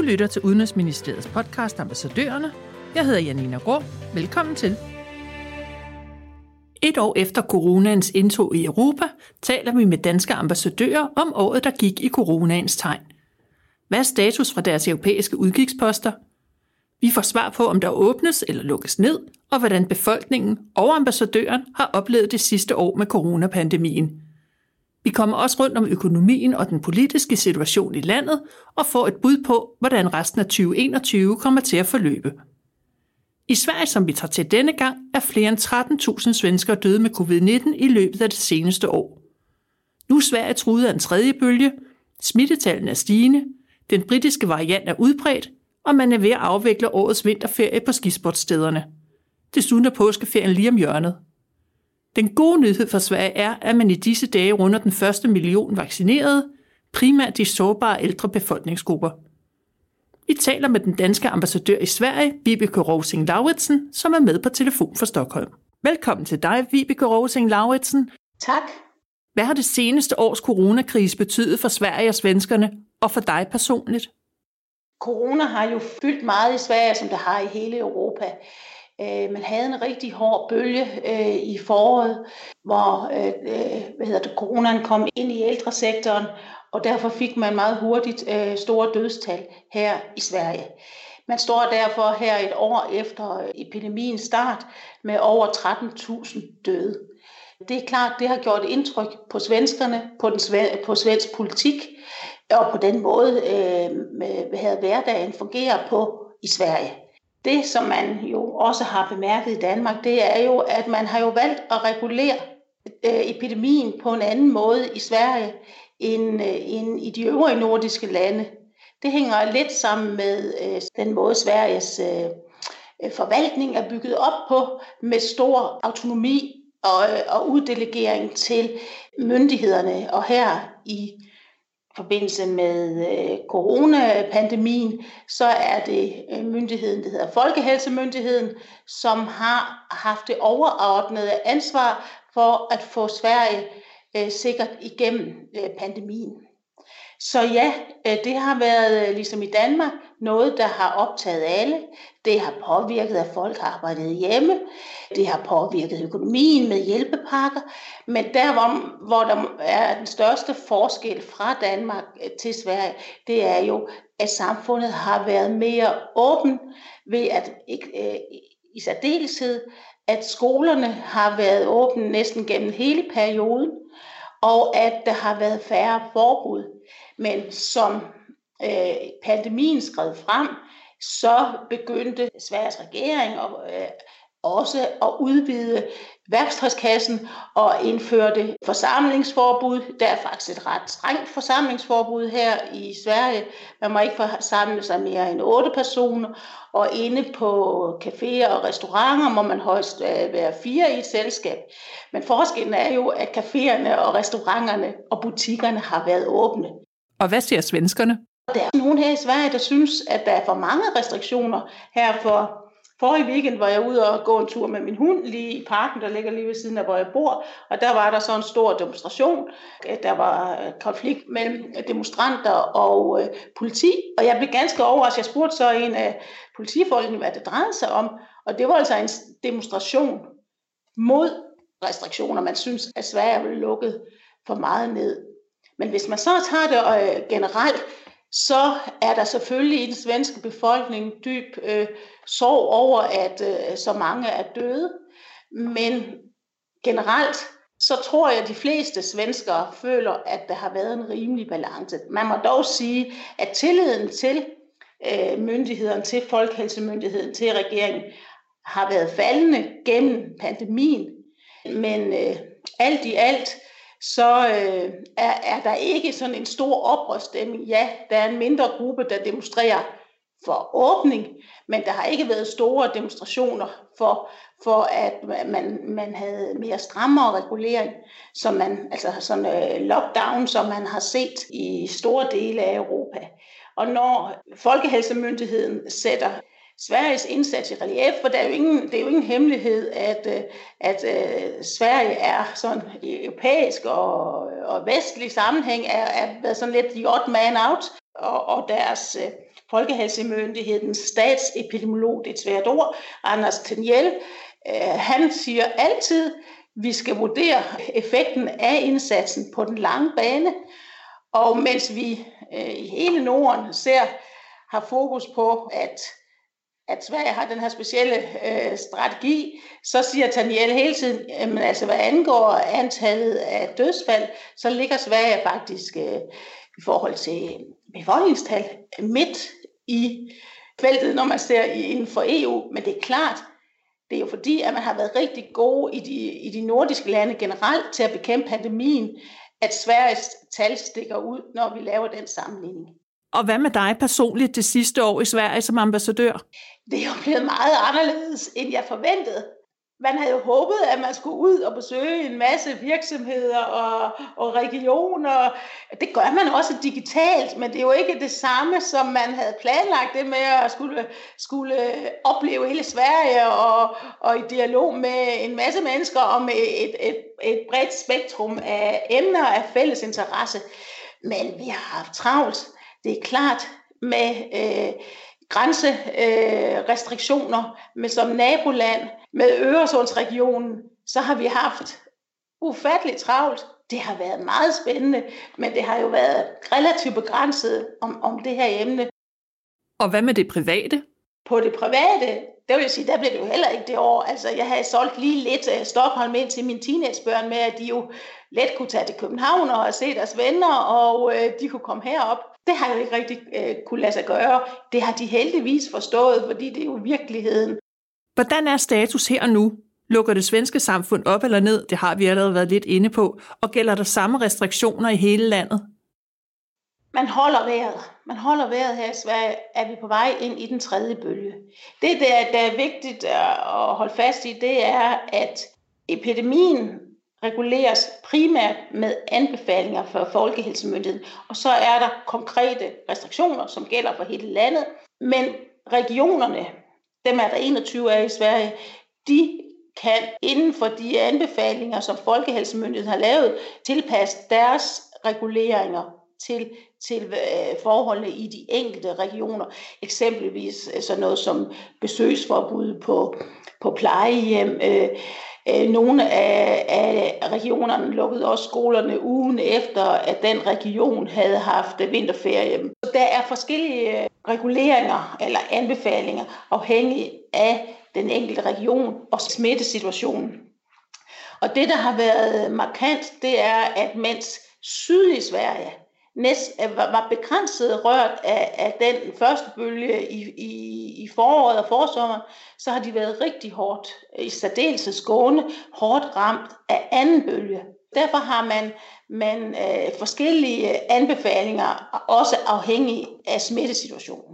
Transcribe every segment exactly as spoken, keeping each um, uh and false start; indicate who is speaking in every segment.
Speaker 1: lytter til Udenrigsministeriets podcast Ambassadørerne. Jeg hedder Janina Grå. Velkommen til. Et år efter coronaens indtog i Europa, taler vi med danske ambassadører om året, der gik i coronaens tegn. Hvad er status fra deres europæiske udkigsposter? Vi får svar på, om der åbnes eller lukkes ned, og hvordan befolkningen og ambassadøren har oplevet det sidste år med coronapandemien. Vi kommer også rundt om økonomien og den politiske situation i landet og får et bud på, hvordan resten af tyve enogtyve kommer til at forløbe. I Sverige, som vi tager til denne gang, er flere end tretten tusind svenskere døde med covid nitten i løbet af det seneste år. Nu er Sverige truet af en tredje bølge, smittetallene er stigende, den britiske variant er udbredt, og man er ved at afvikle årets vinterferie på skisportstederne. Desuden er påskeferien lige om hjørnet. Den gode nyhed for Sverige er, at man i disse dage runder den første million vaccinerede, primært de sårbare ældre befolkningsgrupper. Vi taler med den danske ambassadør i Sverige, Vibeke Rovsing Lauritsen, som er med på telefon fra Stockholm. Velkommen til dig, Vibeke Rovsing Lauritsen.
Speaker 2: Tak.
Speaker 1: Hvad har det seneste års coronakrise betydet for Sverige og svenskerne, og for dig personligt?
Speaker 2: Corona har jo fyldt meget i Sverige, som det har i hele Europa. Man havde en rigtig hård bølge øh, i foråret, hvor øh, hvad hedder det, coronaen kom ind i ældresektoren, og derfor fik man meget hurtigt øh, store dødstal her i Sverige. Man står derfor her et år efter epidemiens start med over tretten tusind døde. Det er klart, det har gjort indtryk på svenskerne, på, den, på svensk politik, og på den måde, øh, hvad hverdagen fungerer på i Sverige. Det, som man jo også har bemærket i Danmark, det er jo, at man har jo valgt at regulere øh, epidemien på en anden måde i Sverige end, øh, end i de øvrige nordiske lande. Det hænger lidt sammen med øh, den måde, Sveriges øh, forvaltning er bygget op på, med stor autonomi og, øh, og uddelegering til myndighederne. Og her i forbindelse med øh, coronapandemien, så er det øh, myndigheden, der hedder Folkehälsomyndigheten, som har haft det overordnede ansvar for at få Sverige øh, sikkert igennem øh, pandemien. Så ja, øh, det har været, øh, ligesom i Danmark, noget, der har optaget alle. Det har påvirket, at folk har arbejdet hjemme. Det har påvirket økonomien med hjælpepakker. Men der, hvor, hvor der er den største forskel fra Danmark til Sverige, det er jo, at samfundet har været mere åben ved at, øh, i særdeleshed, at skolerne har været åbne næsten gennem hele perioden, og at der har været færre forbud. Men som øh, pandemien skred frem, så begyndte Sveriges regering og, øh, også at udvide værktøjskassen og indførte forsamlingsforbud. Der er faktisk et ret strengt forsamlingsforbud her i Sverige. Man må ikke forsamle sig mere end otte personer, og inde på caféer og restauranter må man højst være fire i et selskab. Men forskellen er jo, at caféerne og restauranterne og butikkerne har været åbne.
Speaker 1: Og hvad siger svenskerne?
Speaker 2: Der er nogen her i Sverige, der synes, at der er for mange restriktioner. Her for forrige weekend var jeg ude og gå en tur med min hund lige i parken, der ligger lige ved siden af, hvor jeg bor. Og der var der så en stor demonstration. Der var konflikt mellem demonstranter og øh, politi. Og jeg blev ganske overrasket. Jeg spurgte så en af politifolkene, hvad det drejede sig om. Og det var altså en demonstration mod restriktioner. Man synes, at Sverige blev lukket for meget ned. Men hvis man så tager det øh, generelt, så er der selvfølgelig i den svenske befolkning dyb øh, sorg over, at øh, så mange er døde. Men generelt, så tror jeg, at de fleste svenskere føler, at der har været en rimelig balance. Man må dog sige, at tilliden til øh, myndighederne, til Folkehälsomyndigheden, til regeringen, har været faldende gennem pandemien. Men øh, alt i alt, så øh, er, er der ikke sådan en stor oprørsstemning. Ja, der er en mindre gruppe, der demonstrerer for åbning, men der har ikke været store demonstrationer for, for at man, man havde mere strammere regulering, som man, altså sådan øh, lockdown, som man har set i store dele af Europa. Og når Folkehälsomyndigheden sætter Sveriges indsats i relief, for der er jo ingen, det er jo ingen hemmelighed, at, at, at Sverige er sådan i europæisk og, og vestlig sammenhæng er, er været sådan lidt the odd man out, og, og deres Folkehelsemyndighedens statsepidemiolog, det er et svært ord, Anders Tegnell, han siger altid, vi skal vurdere effekten af indsatsen på den lange bane, og mens vi i hele Norden ser, har fokus på, at, at Sverige har den her specielle øh, strategi, så siger Tegnell hele tiden, at altså, hvad angår antallet af dødsfald, så ligger Sverige faktisk øh, i forhold til befolkningstal midt i feltet, når man ser inden for E U, men det er klart, det er jo fordi, at man har været rigtig gode i de, i de nordiske lande generelt til at bekæmpe pandemien, at Sveriges tal stikker ud, når vi laver den sammenligning.
Speaker 1: Og hvad med dig personligt det sidste år i Sverige som ambassadør?
Speaker 2: Det er jo blevet meget anderledes, end jeg forventede. Man havde jo håbet, at man skulle ud og besøge en masse virksomheder og, og regioner. Det gør man også digitalt, men det er jo ikke det samme, som man havde planlagt det med at skulle, skulle opleve hele Sverige og, og i dialog med en masse mennesker om et, et, et bredt spektrum af emner af fælles interesse. Men vi har haft travlt. Det er klart med øh, grænserestriktioner, øh, med som naboland, med Øresundsregionen, så har vi haft ufatteligt travlt. Det har været meget spændende, men det har jo været relativt begrænset om, om det her emne.
Speaker 1: Og hvad med det private?
Speaker 2: På det private, det vil jeg sige, der blev det jo heller ikke det år. Altså, jeg havde solgt lige lidt uh, Stockholm ind til mine teenagebørn med, at de jo let kunne tage til København og se deres venner, og uh, de kunne komme herop. Det har jo ikke rigtig uh, kunne lade sig gøre. Det har de heldigvis forstået, fordi det er jo virkeligheden.
Speaker 1: Hvordan er status her nu? Lukker det svenske samfund op eller ned? Det har vi allerede været lidt inde på. Og gælder der samme restriktioner i hele landet?
Speaker 2: Man holder vejret. Man holder vejret her i Sverige, er vi på vej ind i den tredje bølge. Det, der, der er vigtigt at holde fast i, det er, at epidemien reguleres primært med anbefalinger fra Folkehelsemyndigheden, og så er der konkrete restriktioner, som gælder for hele landet. Men regionerne, dem er der enogtyve af i Sverige, de kan inden for de anbefalinger, som Folkehelsemyndigheden har lavet, tilpasse deres reguleringer til, til øh, forholdene i de enkelte regioner. Eksempelvis øh, sådan noget som besøgsforbud på, på plejehjem. Øh, øh, nogle af, af regionerne lukkede også skolerne ugen efter, at den region havde haft vinterferie. Der er forskellige reguleringer eller anbefalinger afhængig af den enkelte region og smittesituationen. Og det, der har været markant, det er, at mens sydlige Sverige næst, var begrænset rørt af, af den første bølge i, i, i foråret og forsommeren, så har de været rigtig hårdt, i særdeleshed Skåne, hårdt ramt af anden bølge. Derfor har man, man øh, forskellige anbefalinger, også afhængig af smittesituationen.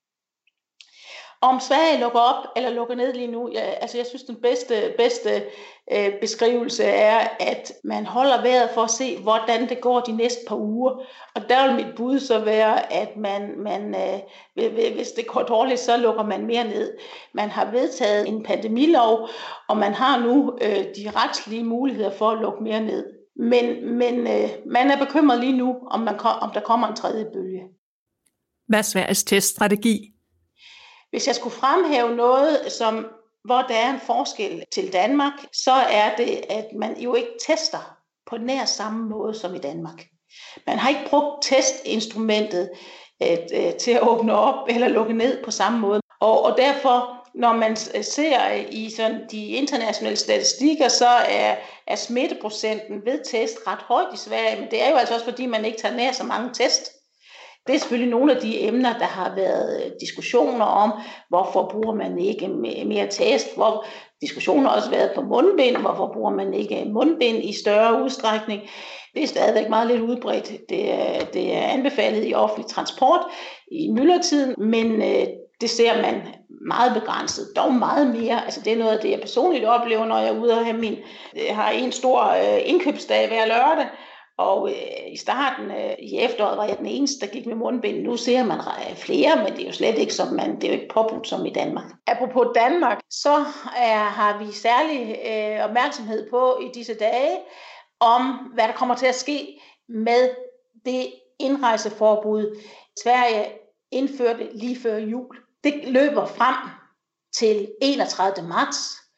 Speaker 2: Om Sverige lukker op eller lukker ned lige nu, ja, altså jeg synes, den bedste, bedste øh, beskrivelse er, at man holder vejret for at se, hvordan det går de næste par uger. Og der vil mit bud så være, at man, man, øh, hvis det går dårligt, så lukker man mere ned. Man har vedtaget en pandemilov, og man har nu øh, de retslige muligheder for at lukke mere ned. Men, men øh, man er bekymret lige nu, om, man, om der kommer en tredje bølge.
Speaker 1: Hvad er Sveriges teststrategi?
Speaker 2: Hvis jeg skulle fremhæve noget, som, hvor der er en forskel til Danmark, så er det, at man jo ikke tester på nær samme måde som i Danmark. Man har ikke brugt testinstrumentet at, at, til at åbne op eller lukke ned på samme måde. Og, og derfor, når man ser i sådan de internationale statistikker, så er, er smitteprocenten ved test ret højt i Sverige, men det er jo altså også, fordi man ikke tager nær så mange test. Det er selvfølgelig nogle af de emner, der har været diskussioner om, hvorfor bruger man ikke mere test, hvor diskussioner har også været på mundbind, hvorfor bruger man ikke mundbind i større udstrækning. Det er stadigvæk meget lidt udbredt. Det er, det er anbefalet i offentlig transport i myldretiden, men øh, det ser man meget begrænset, dog meget mere. Altså det er noget af det, jeg personligt oplever, når jeg er ude og have min, jeg har en stor øh, indkøbsdag hver lørdag. Og øh, i starten, øh, i efteråret, var jeg den eneste, der gik med mundbind. Nu ser man flere, men det er jo slet ikke som man, det er jo ikke påbudt som i Danmark. Apropos Danmark, så er, har vi særlig øh, opmærksomhed på i disse dage, om hvad der kommer til at ske med det indrejseforbud, Sverige indførte lige før jul. Det løber frem til enogtredivte marts,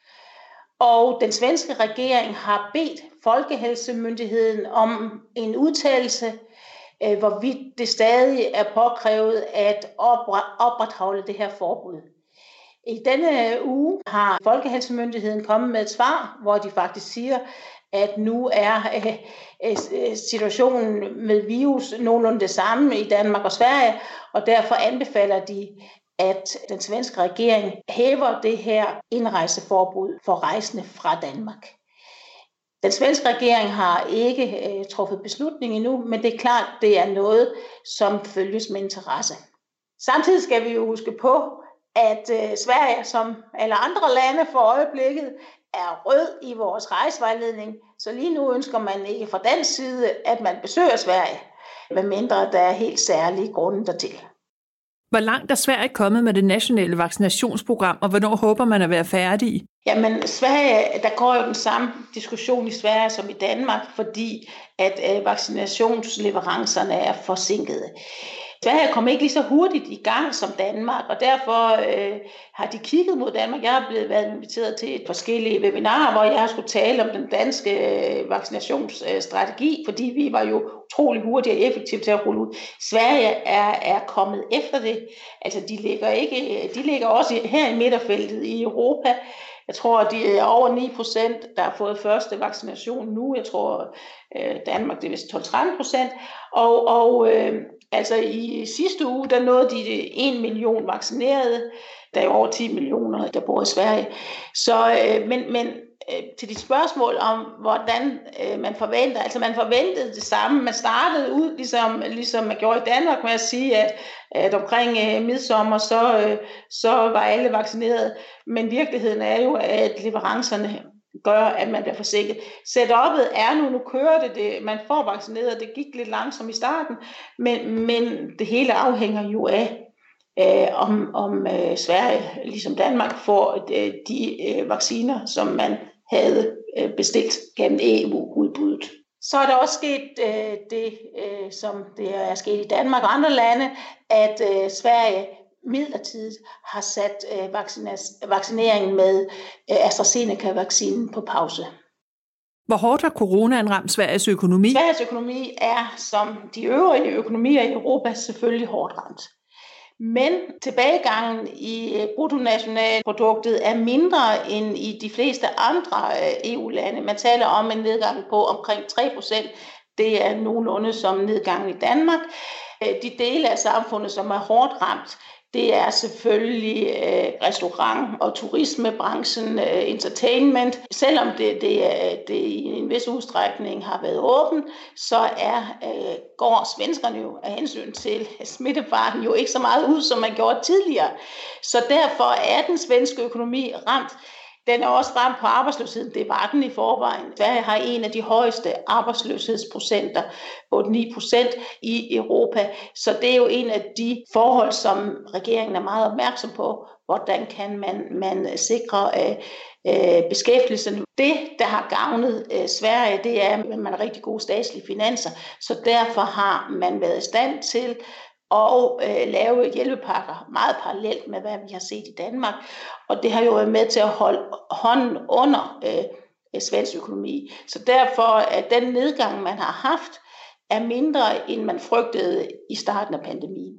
Speaker 2: og den svenske regering har bedt Folkehelsemyndigheden om en udtalelse, hvorvidt det stadig er påkrævet at opretholde det her forbud. I denne uge har Folkehelsemyndigheden kommet med et svar, hvor de faktisk siger, at nu er situationen med virus nogenlunde det samme i Danmark og Sverige, og derfor anbefaler de, at den svenske regering hæver det her indrejseforbud for rejsende fra Danmark. Den svenske regering har ikke øh, truffet beslutning endnu, men det er klart, det er noget, som følges med interesse. Samtidig skal vi jo huske på, at øh, Sverige, som alle andre lande for øjeblikket, er rød i vores rejsevejledning, så lige nu ønsker man ikke fra den side, at man besøger Sverige, medmindre der er helt særlige grunde dertil.
Speaker 1: Hvor langt er Sverige kommet med det nationale vaccinationsprogram, og hvornår håber man at være færdig?
Speaker 2: Jamen, Sverige, der går jo den samme diskussion i Sverige som i Danmark, fordi at øh, vaccinationsleverancerne er forsinkede. Sverige kom ikke lige så hurtigt i gang som Danmark, og derfor øh, har de kigget mod Danmark. Jeg har blevet været inviteret til et forskellige webinarer, hvor jeg har skulle tale om den danske øh, vaccinationsstrategi, fordi vi var jo utrolig hurtigt og effektivt til at rulle ud. Sverige er, er kommet efter det. Altså, de ligger, ikke, de ligger også her i midterfeltet i Europa. Jeg tror, at de er over ni procent, der har fået første vaccination nu. Jeg tror, øh, Danmark det er vist tolv til tretten procent. Og, og øh, altså i sidste uge, der nåede de en million vaccinerede. Der er over ti millioner, der bor i Sverige. Så, øh, men, men øh, til dit spørgsmål om, hvordan øh, man forventer, altså man forventede det samme. Man startede ud, ligesom, ligesom man gjorde i Danmark, med at sige, at, at omkring øh, midsommer, så, øh, så var alle vaccineret. Men virkeligheden er jo, at leverancerne gør, at man bliver forsinket. Setup'et er nu, nu kører det, det, man får vaccineret, det gik lidt langsomt i starten, men, men det hele afhænger jo af, øh, om, om øh, Sverige, ligesom Danmark, får øh, de øh, vacciner, som man havde øh, bestilt gennem E U-udbuddet. Så er der også sket øh, det, øh, som det er sket i Danmark og andre lande, at øh, Sverige midlertidigt har sat øh, vaccineringen med øh, AstraZeneca-vaccinen på pause.
Speaker 1: Hvor hårdt har coronaen ramt Sveriges økonomi?
Speaker 2: Sveriges økonomi er, som de øvrige økonomier i Europa, selvfølgelig hårdt ramt. Men tilbagegangen i bruttonationalproduktet er mindre end i de fleste andre E U-lande. Man taler om en nedgang på omkring tre procent. Det er nogenlunde som nedgangen i Danmark. De dele af samfundet, som er hårdt ramt, det er selvfølgelig øh, restaurant- og turismebranchen, øh, entertainment. Selvom det, det, det i en vis udstrækning har været åben, så er, øh, går svenskerne jo af hensyn til smittefarten jo ikke så meget ud, som man gjorde tidligere. Så derfor er den svenske økonomi ramt. Den er også ramt på arbejdsløsheden. Det var den i forvejen. Sverige har en af de højeste arbejdsløshedsprocenter, otte til ni procent i Europa. Så det er jo en af de forhold, som regeringen er meget opmærksom på. Hvordan kan man, man sikre øh, øh, beskæftigelsen? Det, der har gavnet øh, Sverige, det er, at man har rigtig gode statslige finanser. Så derfor har man været i stand til og øh, lave hjælpepakker meget parallelt med, hvad vi har set i Danmark. Og det har jo været med til at holde hånden under øh, svensk økonomi. Så derfor er den nedgang, man har haft, er mindre, end man frygtede i starten af pandemien.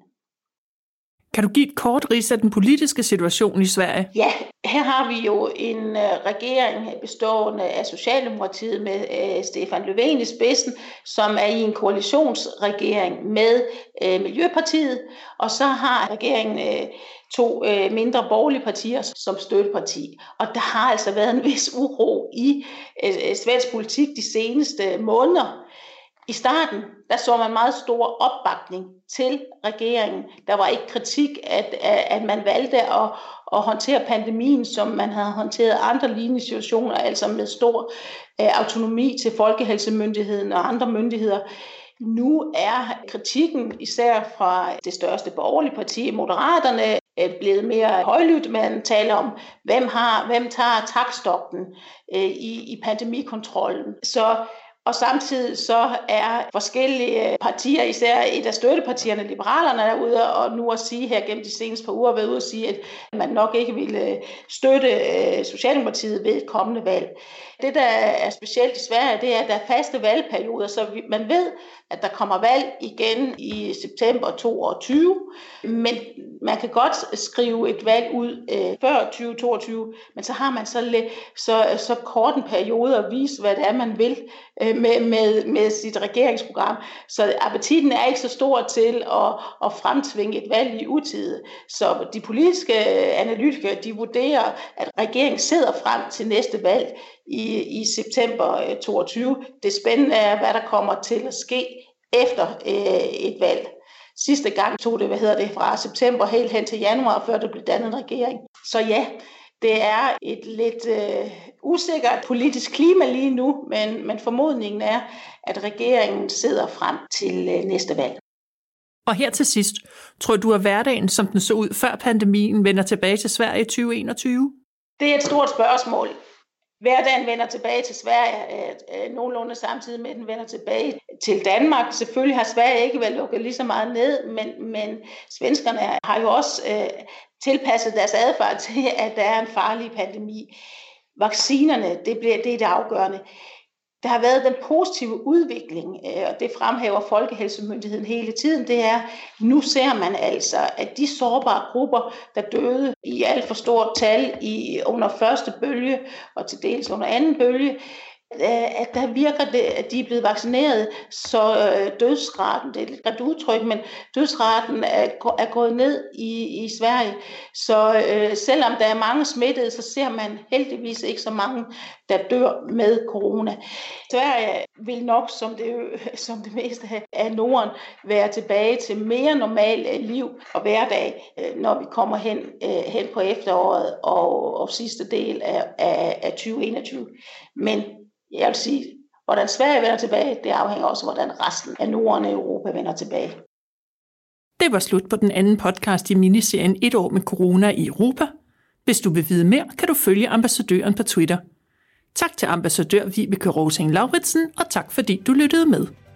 Speaker 1: Kan du give et kort rids af den politiske situation i Sverige?
Speaker 2: Ja, her har vi jo en uh, regering bestående af Socialdemokratiet med uh, Stefan Löfven i spidsen, som er i en koalitionsregering med uh, Miljøpartiet, og så har regeringen uh, to uh, mindre borgerlige partier som støtteparti. Og der har altså været en vis uro i uh, svensk politik de seneste måneder. I starten, der så man meget stor opbakning til regeringen. Der var ikke kritik, at, at man valgte at, at håndtere pandemien, som man havde håndteret andre lignende situationer, altså med stor uh, autonomi til Folkehelsemyndigheden og andre myndigheder. Nu er kritikken, især fra det største borgerlige parti, Moderaterne, blevet mere højlydt. Man taler om, hvem, har, hvem tager taktstokken uh, i, i pandemikontrollen. Så Og samtidig så er forskellige partier, især et af støttepartierne, Liberalerne, er ude og nu at sige her gennem de seneste par uger, været ude at sige, at man nok ikke ville støtte Socialdemokratiet ved et kommende valg. Det, der er specielt i Sverige, det er, at der er faste valgperioder, så man ved, at der kommer valg igen i september toogtyve, men man kan godt skrive et valg ud øh, før tyve toogtyve, men så har man så, så, så kort en periode at vise, hvad det er, man vil øh, med, med, med sit regeringsprogram. Så appetitten er ikke så stor til at, at fremtvinge et valg i utide. Så de politiske analytikere, de vurderer, at regeringen sidder frem til næste valg i, i september toogtyve. Det spændende er, hvad der kommer til at ske efter øh, et valg. Sidste gang tog det, hvad hedder det, fra september helt hen til januar, før der blev dannet en regering. Så ja, det er et lidt øh, usikkert politisk klima lige nu, men, men formodningen er, at regeringen sidder frem til øh, næste valg.
Speaker 1: Og her til sidst, tror du, at hverdagen, som den så ud før pandemien, vender tilbage til Sverige i tyve enogtyve?
Speaker 2: Det er et stort spørgsmål. Hverdagen vender tilbage til Sverige, øh, nogenlunde samtidig med, at den vender tilbage til Danmark. Selvfølgelig har Sverige ikke været lukket lige så meget ned, men, men svenskerne har jo også øh, tilpasset deres adfærd til, at der er en farlig pandemi. Vaccinerne, det, bliver, det er det afgørende. Der har været den positive udvikling, og det fremhæver Folkehelsemyndigheden hele tiden, det er, nu ser man altså, at de sårbare grupper, der døde i alt for stort tal i, under første bølge, og til dels under anden bølge, at der virker det, at de er blevet vaccineret, så dødsraten, det er lidt ret udtryk, men dødsraten er, er gået ned i, i Sverige. Så øh, selvom der er mange smittede, så ser man heldigvis ikke så mange, der dør med corona. Sverige vil nok, som det, som det meste af Norden, være tilbage til mere normal liv og hverdag, når vi kommer hen, hen på efteråret og, og sidste del af, af, af tyve enogtyve. Men jeg vil sige, hvordan Sverige vender tilbage, det afhænger også af, hvordan resten af Norden og Europa vender tilbage.
Speaker 1: Det var slut på den anden podcast i miniserien Et år med corona i Europa. Hvis du vil vide mere, kan du følge ambassadøren på Twitter. Tak til ambassadør Vibeke Rosing Lauritsen, og tak fordi du lyttede med.